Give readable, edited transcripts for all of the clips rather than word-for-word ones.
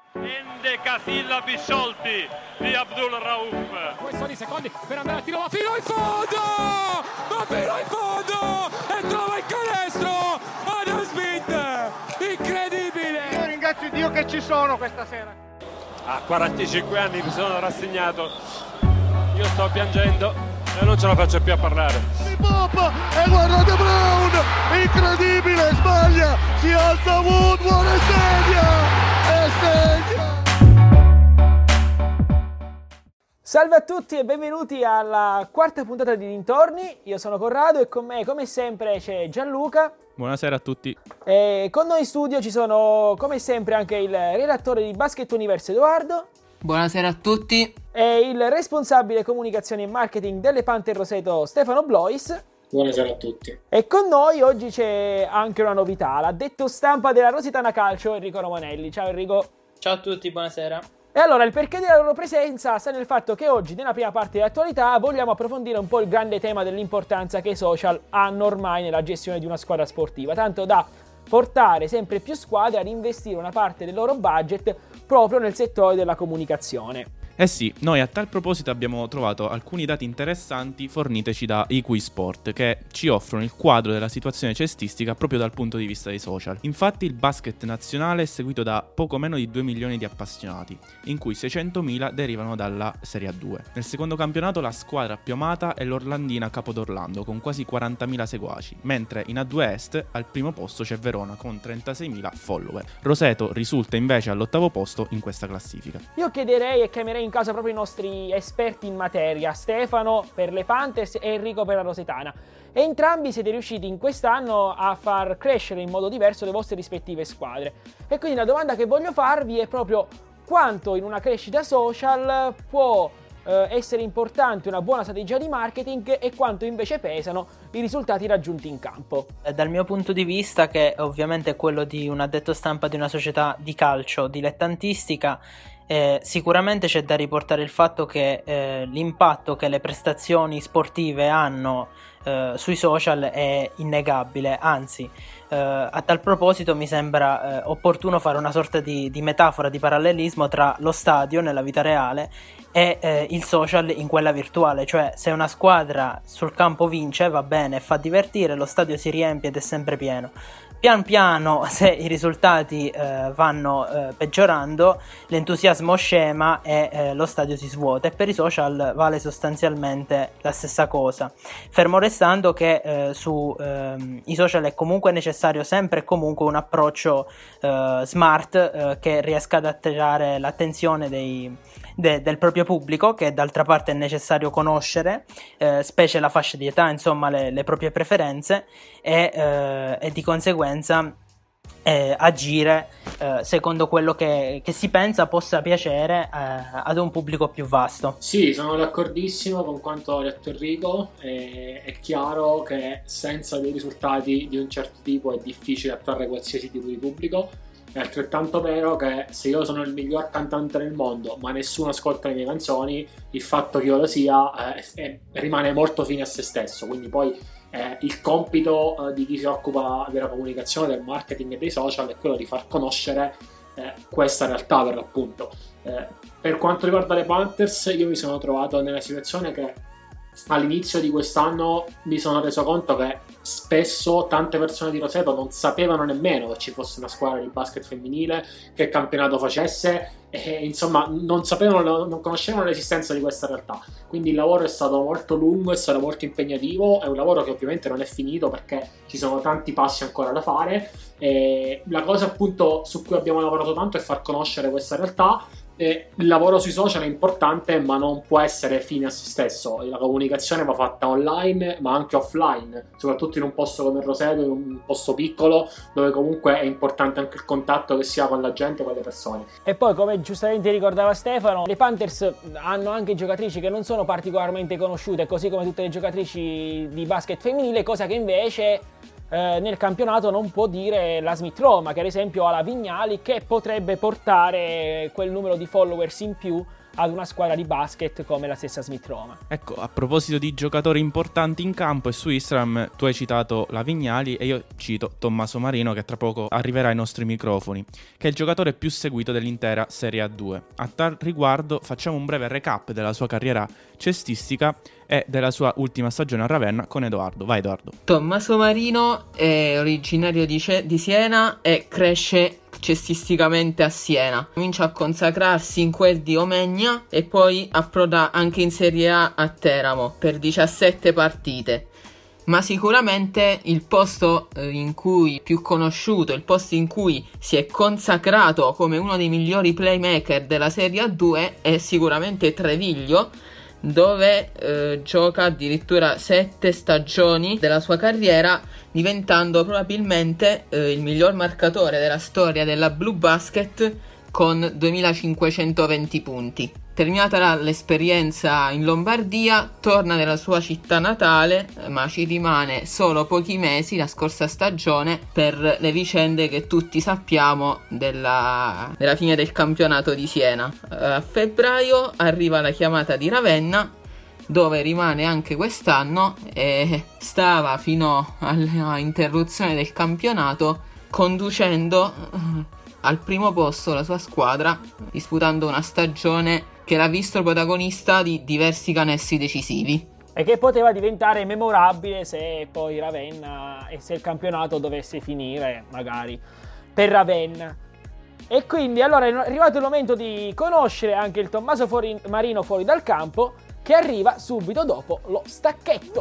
Ende Casilla Bisciolti di Abdul Rauf. Questi secondi per andare a tiro, ma fino in fondo! Ma fino in fondo! E trova il canestro! Adam Smith! Incredibile! Io ringrazio Dio che ci sono questa sera. A 45 anni mi sono rassegnato. Io sto piangendo e non ce la faccio più a parlare. Pop e guardate Brown! Incredibile! Sbaglia! Si alza Woodward e segna! Salve a tutti e benvenuti alla quarta puntata di Dintorni. Io sono Corrado e con me, come sempre, c'è Gianluca. Buonasera a tutti. E con noi in studio ci sono, come sempre, anche il redattore di Basket Universe Edoardo. Buonasera a tutti. E il responsabile comunicazione e marketing delle Panther Roseto Stefano Blois. Buonasera a tutti. E con noi oggi c'è anche una novità, l'addetto stampa della Rositana Calcio, Enrico Romanelli. Ciao Enrico. Ciao a tutti, buonasera. E allora il perché della loro presenza sta nel fatto che oggi, nella prima parte dell'attualità, vogliamo approfondire un po' il grande tema dell'importanza che i social hanno ormai nella gestione di una squadra sportiva, tanto da portare sempre più squadre ad investire una parte del loro budget proprio nel settore della comunicazione. Eh sì, noi a tal proposito abbiamo trovato alcuni dati interessanti forniteci da EquiSport che ci offrono il quadro della situazione cestistica proprio dal punto di vista dei social. Infatti il basket nazionale è seguito da poco meno di 2 milioni di appassionati, in cui 600.000 derivano dalla Serie A2. Nel secondo campionato la squadra più amata è l'Orlandina Capodorlando con quasi 40.000 seguaci, mentre in A2 Est al primo posto c'è Verona con 36.000 follower. Roseto risulta invece all'8° posto in questa classifica. Io chiederei e chiamerei in causa proprio i nostri esperti in materia, Stefano per le Panthers e Enrico per la Rosetana. E entrambi siete riusciti in quest'anno a far crescere in modo diverso le vostre rispettive squadre. E quindi la domanda che voglio farvi è proprio quanto in una crescita social può essere importante una buona strategia di marketing e quanto invece pesano i risultati raggiunti in campo. Dal mio punto di vista, che ovviamente è quello di un addetto stampa di una società di calcio dilettantistica, sicuramente c'è da riportare il fatto che l'impatto che le prestazioni sportive hanno sui social è innegabile, anzi a tal proposito mi sembra opportuno fare una sorta di metafora, di parallelismo tra lo stadio nella vita reale e il social in quella virtuale, cioè se una squadra sul campo vince va bene, fa divertire, lo stadio si riempie ed è sempre pieno. Pian piano, se i risultati vanno peggiorando, l'entusiasmo scema e lo stadio si svuota, e per i social vale sostanzialmente la stessa cosa, fermo restando che su i social è comunque necessario sempre e comunque un approccio smart che riesca ad attirare l'attenzione del proprio pubblico, che d'altra parte è necessario conoscere, specie la fascia di età, insomma le proprie preferenze, e di conseguenza agire secondo quello che si pensa possa piacere ad un pubblico più vasto. Sì, sono d'accordissimo con quanto ha detto Enrico. È chiaro che senza dei risultati di un certo tipo è difficile attrarre qualsiasi tipo di pubblico. È altrettanto vero che se io sono il miglior cantante del mondo ma nessuno ascolta le mie canzoni, il fatto che io lo sia rimane molto fine a se stesso. Quindi poi il compito di chi si occupa della comunicazione, del marketing e dei social è quello di far conoscere questa realtà, per l'appunto. Per quanto riguarda le Panthers, io mi sono trovato nella situazione che all'inizio di quest'anno mi sono reso conto che spesso tante persone di Roseto non sapevano nemmeno che ci fosse una squadra di basket femminile, che campionato facesse, e insomma non sapevano, non conoscevano l'esistenza di questa realtà. Quindi il lavoro è stato molto lungo, è stato molto impegnativo, è un lavoro che ovviamente non è finito perché ci sono tanti passi ancora da fare, e la cosa appunto su cui abbiamo lavorato tanto è far conoscere questa realtà. Il lavoro sui social è importante, ma non può essere fine a se stesso. La comunicazione va fatta online ma anche offline, soprattutto in un posto come Roseto, in un posto piccolo dove comunque è importante anche il contatto che si ha con la gente, con le persone. E poi, come giustamente ricordava Stefano, le Panthers hanno anche giocatrici che non sono particolarmente conosciute, così come tutte le giocatrici di basket femminile, cosa che invece nel campionato non può dire la Smith Roma, che ad esempio ha la Vignali, che potrebbe portare quel numero di followers in più ad una squadra di basket come la stessa Smith Roma. Ecco, a proposito di giocatori importanti in campo e su Instagram, tu hai citato la Vignali e io cito Tommaso Marino, che tra poco arriverà ai nostri microfoni, che è il giocatore più seguito dell'intera Serie A2. A tal riguardo facciamo un breve recap della sua carriera cestistica e della sua ultima stagione a Ravenna con Edoardo. Vai Edoardo. Tommaso Marino è originario di Siena e cresce cestisticamente a Siena. Comincia a consacrarsi in quel di Omegna e poi approda anche in Serie A Teramo per 17 partite. Ma sicuramente il posto in cui più conosciuto, il posto in cui si è consacrato come uno dei migliori playmaker della Serie A2 è sicuramente Treviglio, dove gioca addirittura 7 stagioni della sua carriera, diventando probabilmente il miglior marcatore della storia della Blue Basket con 2520 punti. Terminata l'esperienza in Lombardia, torna nella sua città natale, ma ci rimane solo pochi mesi la scorsa stagione per le vicende che tutti sappiamo della fine del campionato di Siena. A febbraio arriva la chiamata di Ravenna, dove rimane anche quest'anno e stava fino all'interruzione del campionato conducendo al primo posto la sua squadra, disputando una stagione che l'ha visto protagonista di diversi canestri decisivi. E che poteva diventare memorabile se poi Ravenna e se il campionato dovesse finire magari per Ravenna. E quindi allora è arrivato il momento di conoscere anche il Tommaso Marino fuori dal campo, che arriva subito dopo lo stacchetto.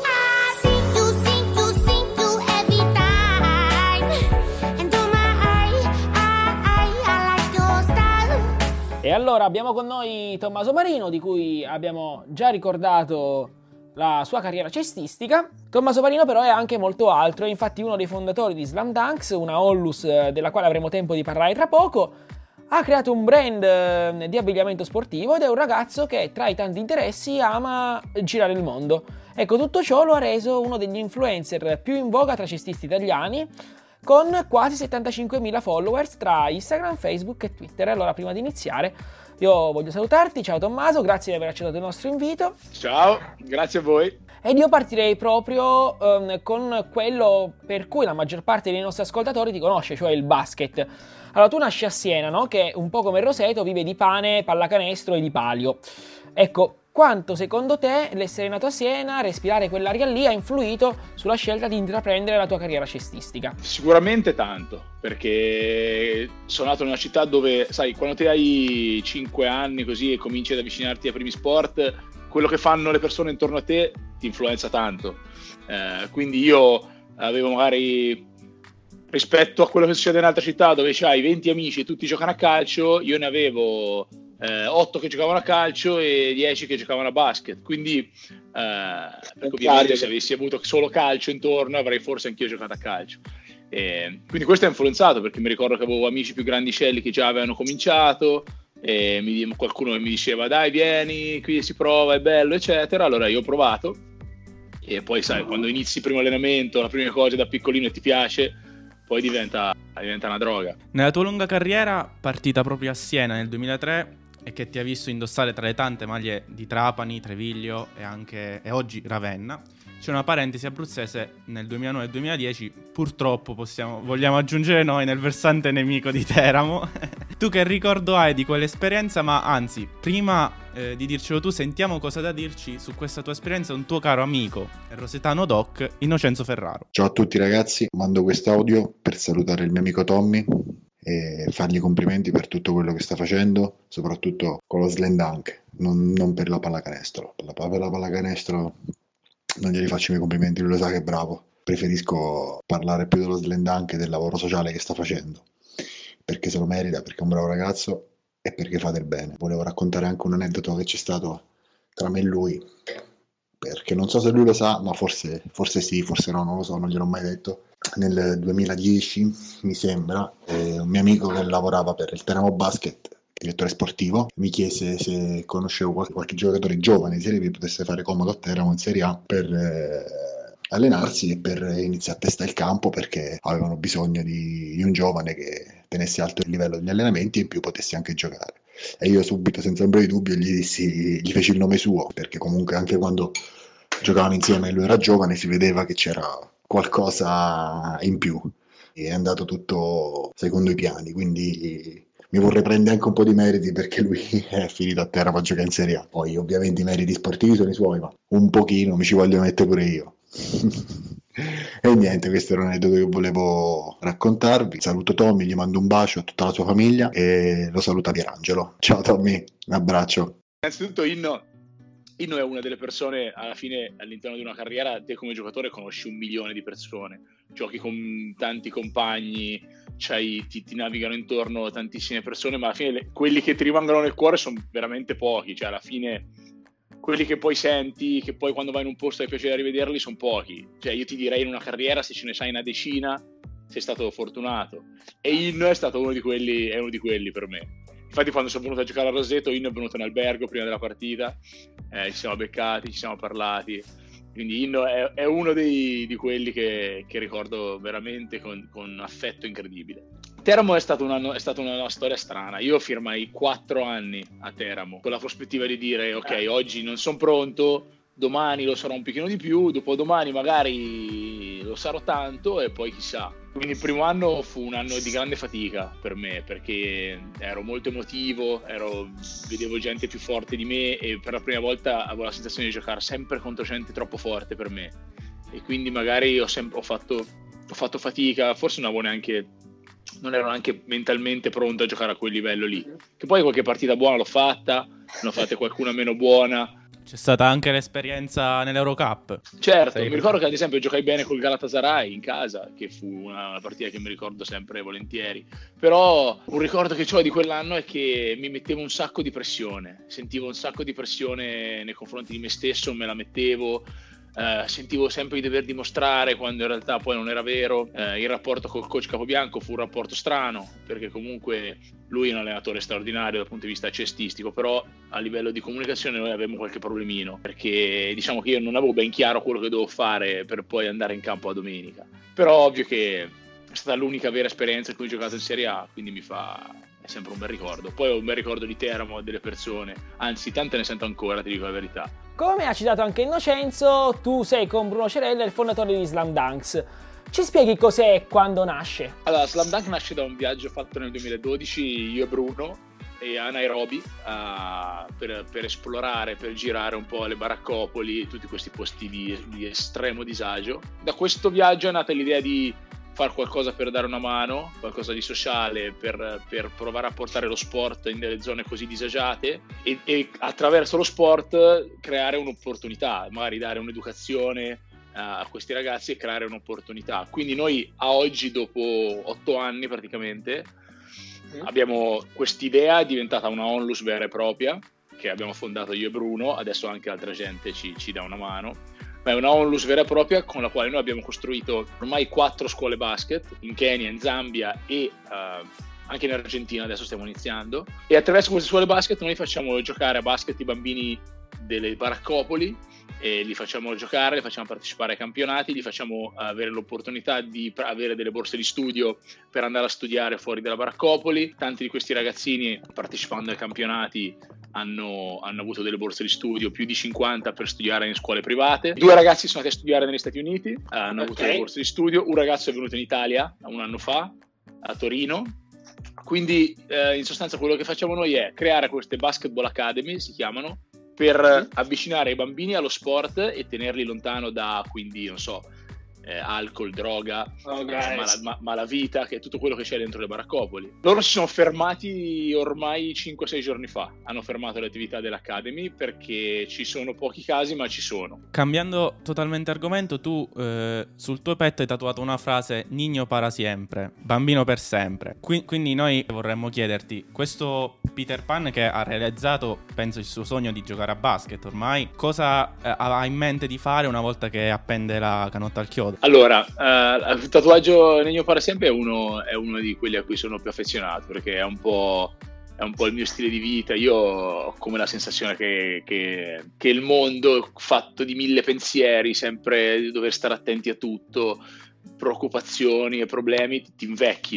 E allora abbiamo con noi Tommaso Marino, di cui abbiamo già ricordato la sua carriera cestistica. Tommaso Marino però è anche molto altro, è infatti uno dei fondatori di Slam Dunks, una Ollus della quale avremo tempo di parlare tra poco. Ha creato un brand di abbigliamento sportivo ed è un ragazzo che tra i tanti interessi ama girare il mondo. Ecco, tutto ciò lo ha reso uno degli influencer più in voga tra cestisti italiani, con quasi 75.000 followers tra Instagram, Facebook e Twitter. Allora, prima di iniziare, io voglio salutarti. Ciao Tommaso, grazie di aver accettato il nostro invito. Ciao, grazie a voi. Ed io partirei proprio con quello per cui la maggior parte dei nostri ascoltatori ti conosce, cioè il basket. Allora, tu nasci a Siena, no? Che un po' come Roseto vive di pane, pallacanestro e di palio. Ecco, quanto secondo te l'essere nato a Siena, respirare quell'aria lì, ha influito sulla scelta di intraprendere la tua carriera cestistica? Sicuramente tanto, perché sono nato in una città dove, sai, quando te hai 5 anni così e cominci ad avvicinarti ai primi sport, quello che fanno le persone intorno a te ti influenza tanto. Quindi io avevo magari, rispetto a quello che succede in altre città dove c'hai 20 amici e tutti giocano a calcio, io ne avevo 8 che giocavano a calcio e 10 che giocavano a basket, quindi perché ovviamente se avessi avuto solo calcio intorno avrei forse anch'io giocato a calcio, quindi questo ha influenzato, perché mi ricordo che avevo amici più grandicelli che già avevano cominciato e qualcuno mi diceva dai vieni, qui si prova, è bello eccetera, allora io ho provato e poi sai, quando inizi il primo allenamento, le prime cose da piccolino e ti piace, poi diventa una droga. Nella tua lunga carriera, partita proprio a Siena nel 2003 e che ti ha visto indossare tra le tante maglie di Trapani, Treviglio e oggi Ravenna, c'è una parentesi abruzzese nel 2009-2010, purtroppo vogliamo aggiungere noi, nel versante nemico di Teramo. Tu che ricordo hai di quell'esperienza? Ma anzi, prima di dircelo tu, sentiamo cosa da dirci su questa tua esperienza un tuo caro amico, il rosetano doc Innocenzo Ferraro. Ciao a tutti ragazzi, mando quest'audio per salutare il mio amico Tommy e fargli complimenti per tutto quello che sta facendo, soprattutto con lo slam dunk, non per la pallacanestro. Per la pallacanestro non gli faccio i miei complimenti, lui lo sa che è bravo. Preferisco parlare più dello slam dunk e del lavoro sociale che sta facendo, perché se lo merita, perché è un bravo ragazzo e perché fa del bene. Volevo raccontare anche un aneddoto che c'è stato tra me e lui, perché non so se lui lo sa, ma forse sì, forse no, non lo so, non gliel'ho mai detto. Nel 2010, mi sembra, un mio amico che lavorava per il Teramo Basket, direttore sportivo, mi chiese se conoscevo qualche giocatore giovane di Serie B potesse fare comodo a Teramo in Serie A per allenarsi e per iniziare a testare il campo, perché avevano bisogno di un giovane che tenessi alto il livello degli allenamenti e in più potessi anche giocare. E io subito, senza ombra di dubbio, gli feci il nome suo, perché comunque anche quando giocavamo insieme e lui era giovane si vedeva che c'era qualcosa in più. E è andato tutto secondo i piani, quindi mi vorrei prendere anche un po' di meriti perché lui è finito a Teramo a giocare in Serie A. Poi ovviamente i meriti sportivi sono i suoi, ma un pochino mi ci voglio mettere pure io. E niente, questo era un aneddoto che volevo raccontarvi. Saluto Tommy, gli mando un bacio a tutta la sua famiglia e lo saluta Pierangelo. Ciao Tommy, un abbraccio. Innanzitutto Inno è una delle persone, alla fine all'interno di una carriera, te come giocatore conosci 1 milione di persone, giochi con tanti compagni, ti navigano intorno tantissime persone, ma alla fine quelli che ti rimangono nel cuore sono veramente pochi, cioè alla fine quelli che poi senti, che poi quando vai in un posto hai piacere di rivederli, sono pochi. Cioè io ti direi in una carriera, se ce ne sai una decina, sei stato fortunato. E Inno è stato uno di quelli per me. Infatti quando sono venuto a giocare a Roseto, Inno è venuto in albergo prima della partita, ci siamo beccati, ci siamo parlati. Quindi Inno è uno di quelli che ricordo veramente con affetto incredibile. Teramo è stata una storia strana. Io firmai 4 anni a Teramo con la prospettiva di dire ok, oggi non sono pronto, domani lo sarò un pochino di più, dopodomani magari lo sarò tanto e poi chissà. Quindi il primo anno fu un anno di grande fatica per me perché ero molto emotivo, vedevo gente più forte di me e per la prima volta avevo la sensazione di giocare sempre contro gente troppo forte per me e quindi magari ho fatto fatica, forse non ero neanche mentalmente pronto a giocare a quel livello lì, che poi qualche partita buona l'ho fatta, ne ho fatte qualcuna meno buona. C'è stata anche l'esperienza nell'Eurocup. Certo, mi ricordo che ad esempio giocai bene col Galatasaray in casa, che fu una partita che mi ricordo sempre volentieri, però un ricordo che ho di quell'anno è che mi mettevo un sacco di pressione, sentivo un sacco di pressione nei confronti di me stesso, me la mettevo, sentivo sempre di dover dimostrare quando in realtà poi non era vero. Il rapporto col coach Capobianco fu un rapporto strano perché comunque lui è un allenatore straordinario dal punto di vista cestistico, però a livello di comunicazione noi avevamo qualche problemino perché diciamo che io non avevo ben chiaro quello che dovevo fare per poi andare in campo a domenica, però ovvio che è stata l'unica vera esperienza in cui ho giocato in Serie A, quindi è sempre un bel ricordo. Poi ho un bel ricordo di Teramo, delle persone, anzi tante ne sento ancora, ti dico la verità. Come ha citato anche Innocenzo, tu sei con Bruno Cerella il fondatore di Slam Dunks. Ci spieghi cos'è e quando nasce? Allora, Slam Dunk nasce da un viaggio fatto nel 2012, io e Bruno e a Nairobi, per esplorare, per girare un po' le baraccopoli, tutti questi posti di estremo disagio. Da questo viaggio è nata l'idea di fare qualcosa per dare una mano, qualcosa di sociale per provare a portare lo sport in delle zone così disagiate e attraverso lo sport creare un'opportunità, magari dare un'educazione a questi ragazzi e creare un'opportunità. Quindi noi a oggi, dopo 8 anni praticamente, abbiamo quest'idea, è diventata una onlus vera e propria che abbiamo fondato io e Bruno, adesso anche altra gente ci dà una mano. Ma è una onlus vera e propria con la quale noi abbiamo costruito ormai 4 scuole basket in Kenya, in Zambia e anche in Argentina, adesso stiamo iniziando, e attraverso queste scuole basket noi facciamo giocare a basket i bambini delle baraccopoli e li facciamo giocare, li facciamo partecipare ai campionati, li facciamo avere l'opportunità di avere delle borse di studio per andare a studiare fuori dalla baraccopoli. Tanti di questi ragazzini partecipando ai campionati hanno avuto delle borse di studio, più di 50 per studiare in scuole private. 2 ragazzi sono andati a studiare negli Stati Uniti, hanno avuto delle borse di studio. Un ragazzo è venuto in Italia 1 anno fa, a Torino. Quindi in sostanza quello che facciamo noi è creare queste basketball academy, si chiamano, per avvicinare i bambini allo sport e tenerli lontano da, quindi non so, alcol, droga, malavita, che è tutto quello che c'è dentro le baraccopoli. Loro si sono fermati ormai 5-6 giorni fa, hanno fermato le attività dell'Academy perché ci sono pochi casi, ma ci sono. Cambiando totalmente argomento, tu sul tuo petto hai tatuato una frase: Niño para siempre, bambino per sempre. Quindi noi vorremmo chiederti, questo Peter Pan che ha realizzato, penso, il suo sogno di giocare a basket ormai, cosa ha in mente di fare una volta che appende la canotta al chiodo? Allora, il tatuaggio Niño para siempre è uno di quelli a cui sono più affezionato, perché è un po' il mio stile di vita. Io ho come la sensazione che il mondo fatto di 1000 pensieri, sempre di dover stare attenti a tutto, preoccupazioni e problemi, ti invecchi, no?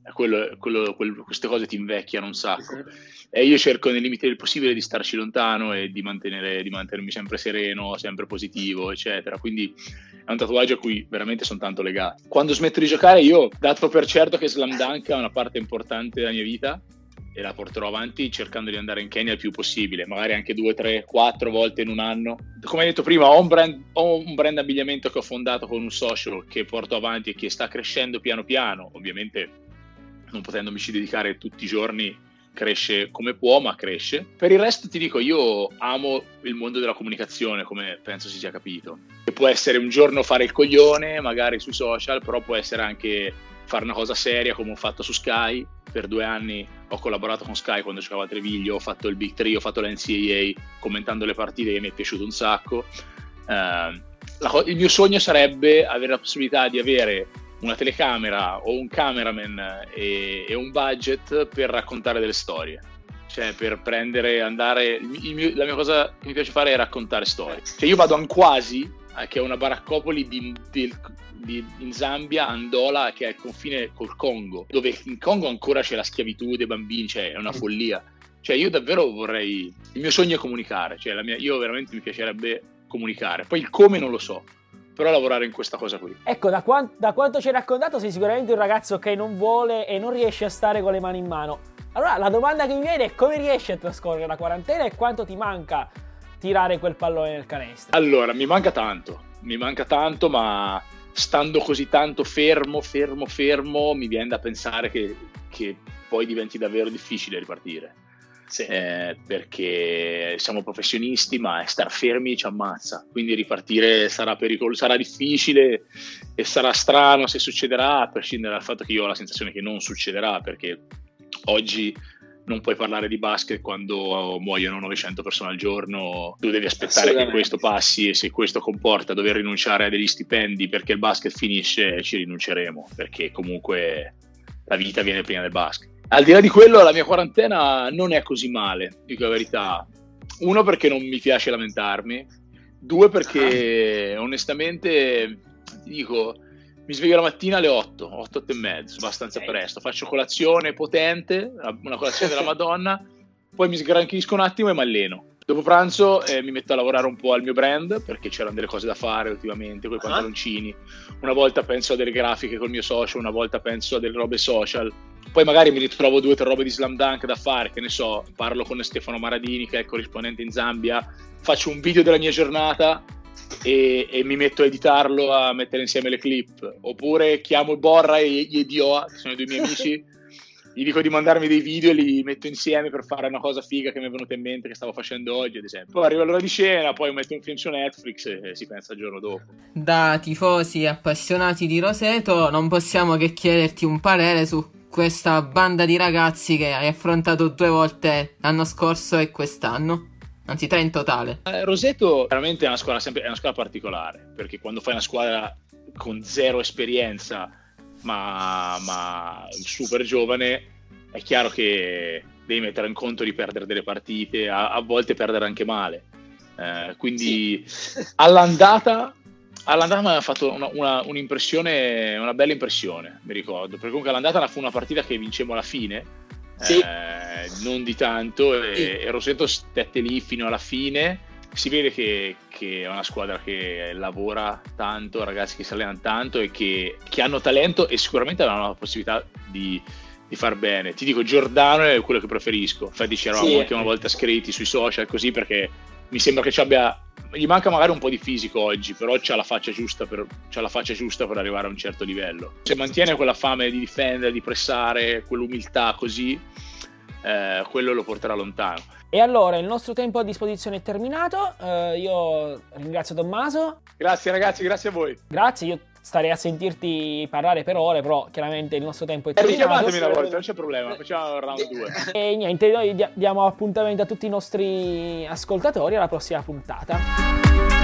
queste cose ti invecchiano un sacco. E io cerco nei limiti del possibile di starci lontano e di mantenermi sempre sereno, sempre positivo, eccetera. Quindi è un tatuaggio a cui veramente sono tanto legato. Quando smetto di giocare, io ho dato per certo che Slam Dunk è una parte importante della mia vita e la porterò avanti cercando di andare in Kenya il più possibile, magari anche 2, 3, 4 volte in un anno. Come hai detto prima, ho un brand abbigliamento che ho fondato con un socio che porto avanti e che sta crescendo piano piano, ovviamente non potendomici dedicare tutti i giorni. Cresce come può, ma cresce. Per il resto ti dico, io amo il mondo della comunicazione, come penso si sia capito. E può essere un giorno fare il coglione, magari sui social, però può essere anche fare una cosa seria come ho fatto su Sky. Per 2 anni ho collaborato con Sky quando giocavo a Treviglio, ho fatto il Big 3, ho fatto la NCAA commentando le partite che mi è piaciuto un sacco. Il mio sogno sarebbe avere la possibilità di avere una telecamera o un cameraman e un budget per raccontare delle storie, cioè per la mia cosa che mi piace fare è raccontare storie. Cioè io vado a Nkwasi, che è una baraccopoli in Zambia, Andola, che è il confine col Congo, dove in Congo ancora c'è la schiavitù dei bambini, cioè è una follia. Cioè io davvero il mio sogno è comunicare, cioè io veramente mi piacerebbe comunicare, poi il come non lo so, però lavorare in questa cosa qui. Ecco, da quanto ci hai raccontato sei sicuramente un ragazzo che non vuole e non riesce a stare con le mani in mano. Allora la domanda che mi viene è: come riesci a trascorrere la quarantena e quanto ti manca tirare quel pallone nel canestro? Allora, mi manca tanto, ma stando così tanto fermo, mi viene da pensare che poi diventi davvero difficile ripartire. Sì. Perché siamo professionisti, ma star fermi ci ammazza, quindi ripartire sarà pericoloso, sarà difficile e sarà strano se succederà, a prescindere dal fatto che io ho la sensazione che non succederà, perché oggi non puoi parlare di basket quando muoiono 900 persone al giorno. Tu devi aspettare che questo passi, e se questo comporta dover rinunciare a degli stipendi perché il basket finisce, ci rinunceremo, perché comunque la vita viene prima del basket. Al di là di quello, la mia quarantena non è così male, dico la verità. 1, perché non mi piace lamentarmi. 2, perché onestamente ti dico, mi sveglio la mattina alle 8 e mezzo, abbastanza presto. Faccio colazione potente, una colazione della Madonna, poi mi sgranchisco un attimo e mi alleno. Dopo pranzo mi metto a lavorare un po' al mio brand, perché c'erano delle cose da fare ultimamente, con i pantaloncini. Una volta penso a delle grafiche col mio socio, una volta penso a delle robe social. Poi magari mi ritrovo 2 o 3 robe di Slam Dunk da fare, che ne so, parlo con Stefano Maradini, che è il corrispondente in Zambia, faccio un video della mia giornata e mi metto a editarlo, a mettere insieme le clip. Oppure chiamo Borra e Yedioa, che sono i 2 miei amici, gli dico di mandarmi dei video e li metto insieme per fare una cosa figa che mi è venuta in mente, che stavo facendo oggi ad esempio. Poi arriva l'ora di cena, poi metto un film su Netflix e si pensa il giorno dopo. Da tifosi appassionati di Roseto non possiamo che chiederti un parere su questa banda di ragazzi che hai affrontato 2 volte l'anno scorso e quest'anno, anzi 3 in totale. Roseto veramente è una squadra particolare, perché quando fai una squadra con 0 esperienza ma super giovane, è chiaro che devi mettere in conto di perdere delle partite, a volte perdere anche male, quindi sì. all'andata mi ha fatto un'impressione, una bella impressione, mi ricordo, perché comunque all'andata fu una partita che vincemmo alla fine, sì. Non di tanto, e Roseto stette lì fino alla fine. Si vede che è una squadra che lavora tanto, ragazzi che si allenano tanto e che hanno talento e sicuramente hanno la possibilità di far bene. Ti dico, Giordano è quello che preferisco, infatti ci eravamo anche una volta scritti sui social così, perché mi sembra che gli manca magari un po' di fisico oggi, però c'ha la faccia giusta per arrivare a un certo livello. Se mantiene quella fame di difendere, di pressare, quell'umiltà così, quello lo porterà lontano. E allora il nostro tempo a disposizione è terminato, io ringrazio Tommaso. Grazie ragazzi, grazie a voi. Grazie, io starei a sentirti parlare per ore, però chiaramente il nostro tempo è terminato. Richiamatemi una volta, non c'è problema, facciamo il round 2. E niente, noi diamo appuntamento a tutti i nostri ascoltatori alla prossima puntata.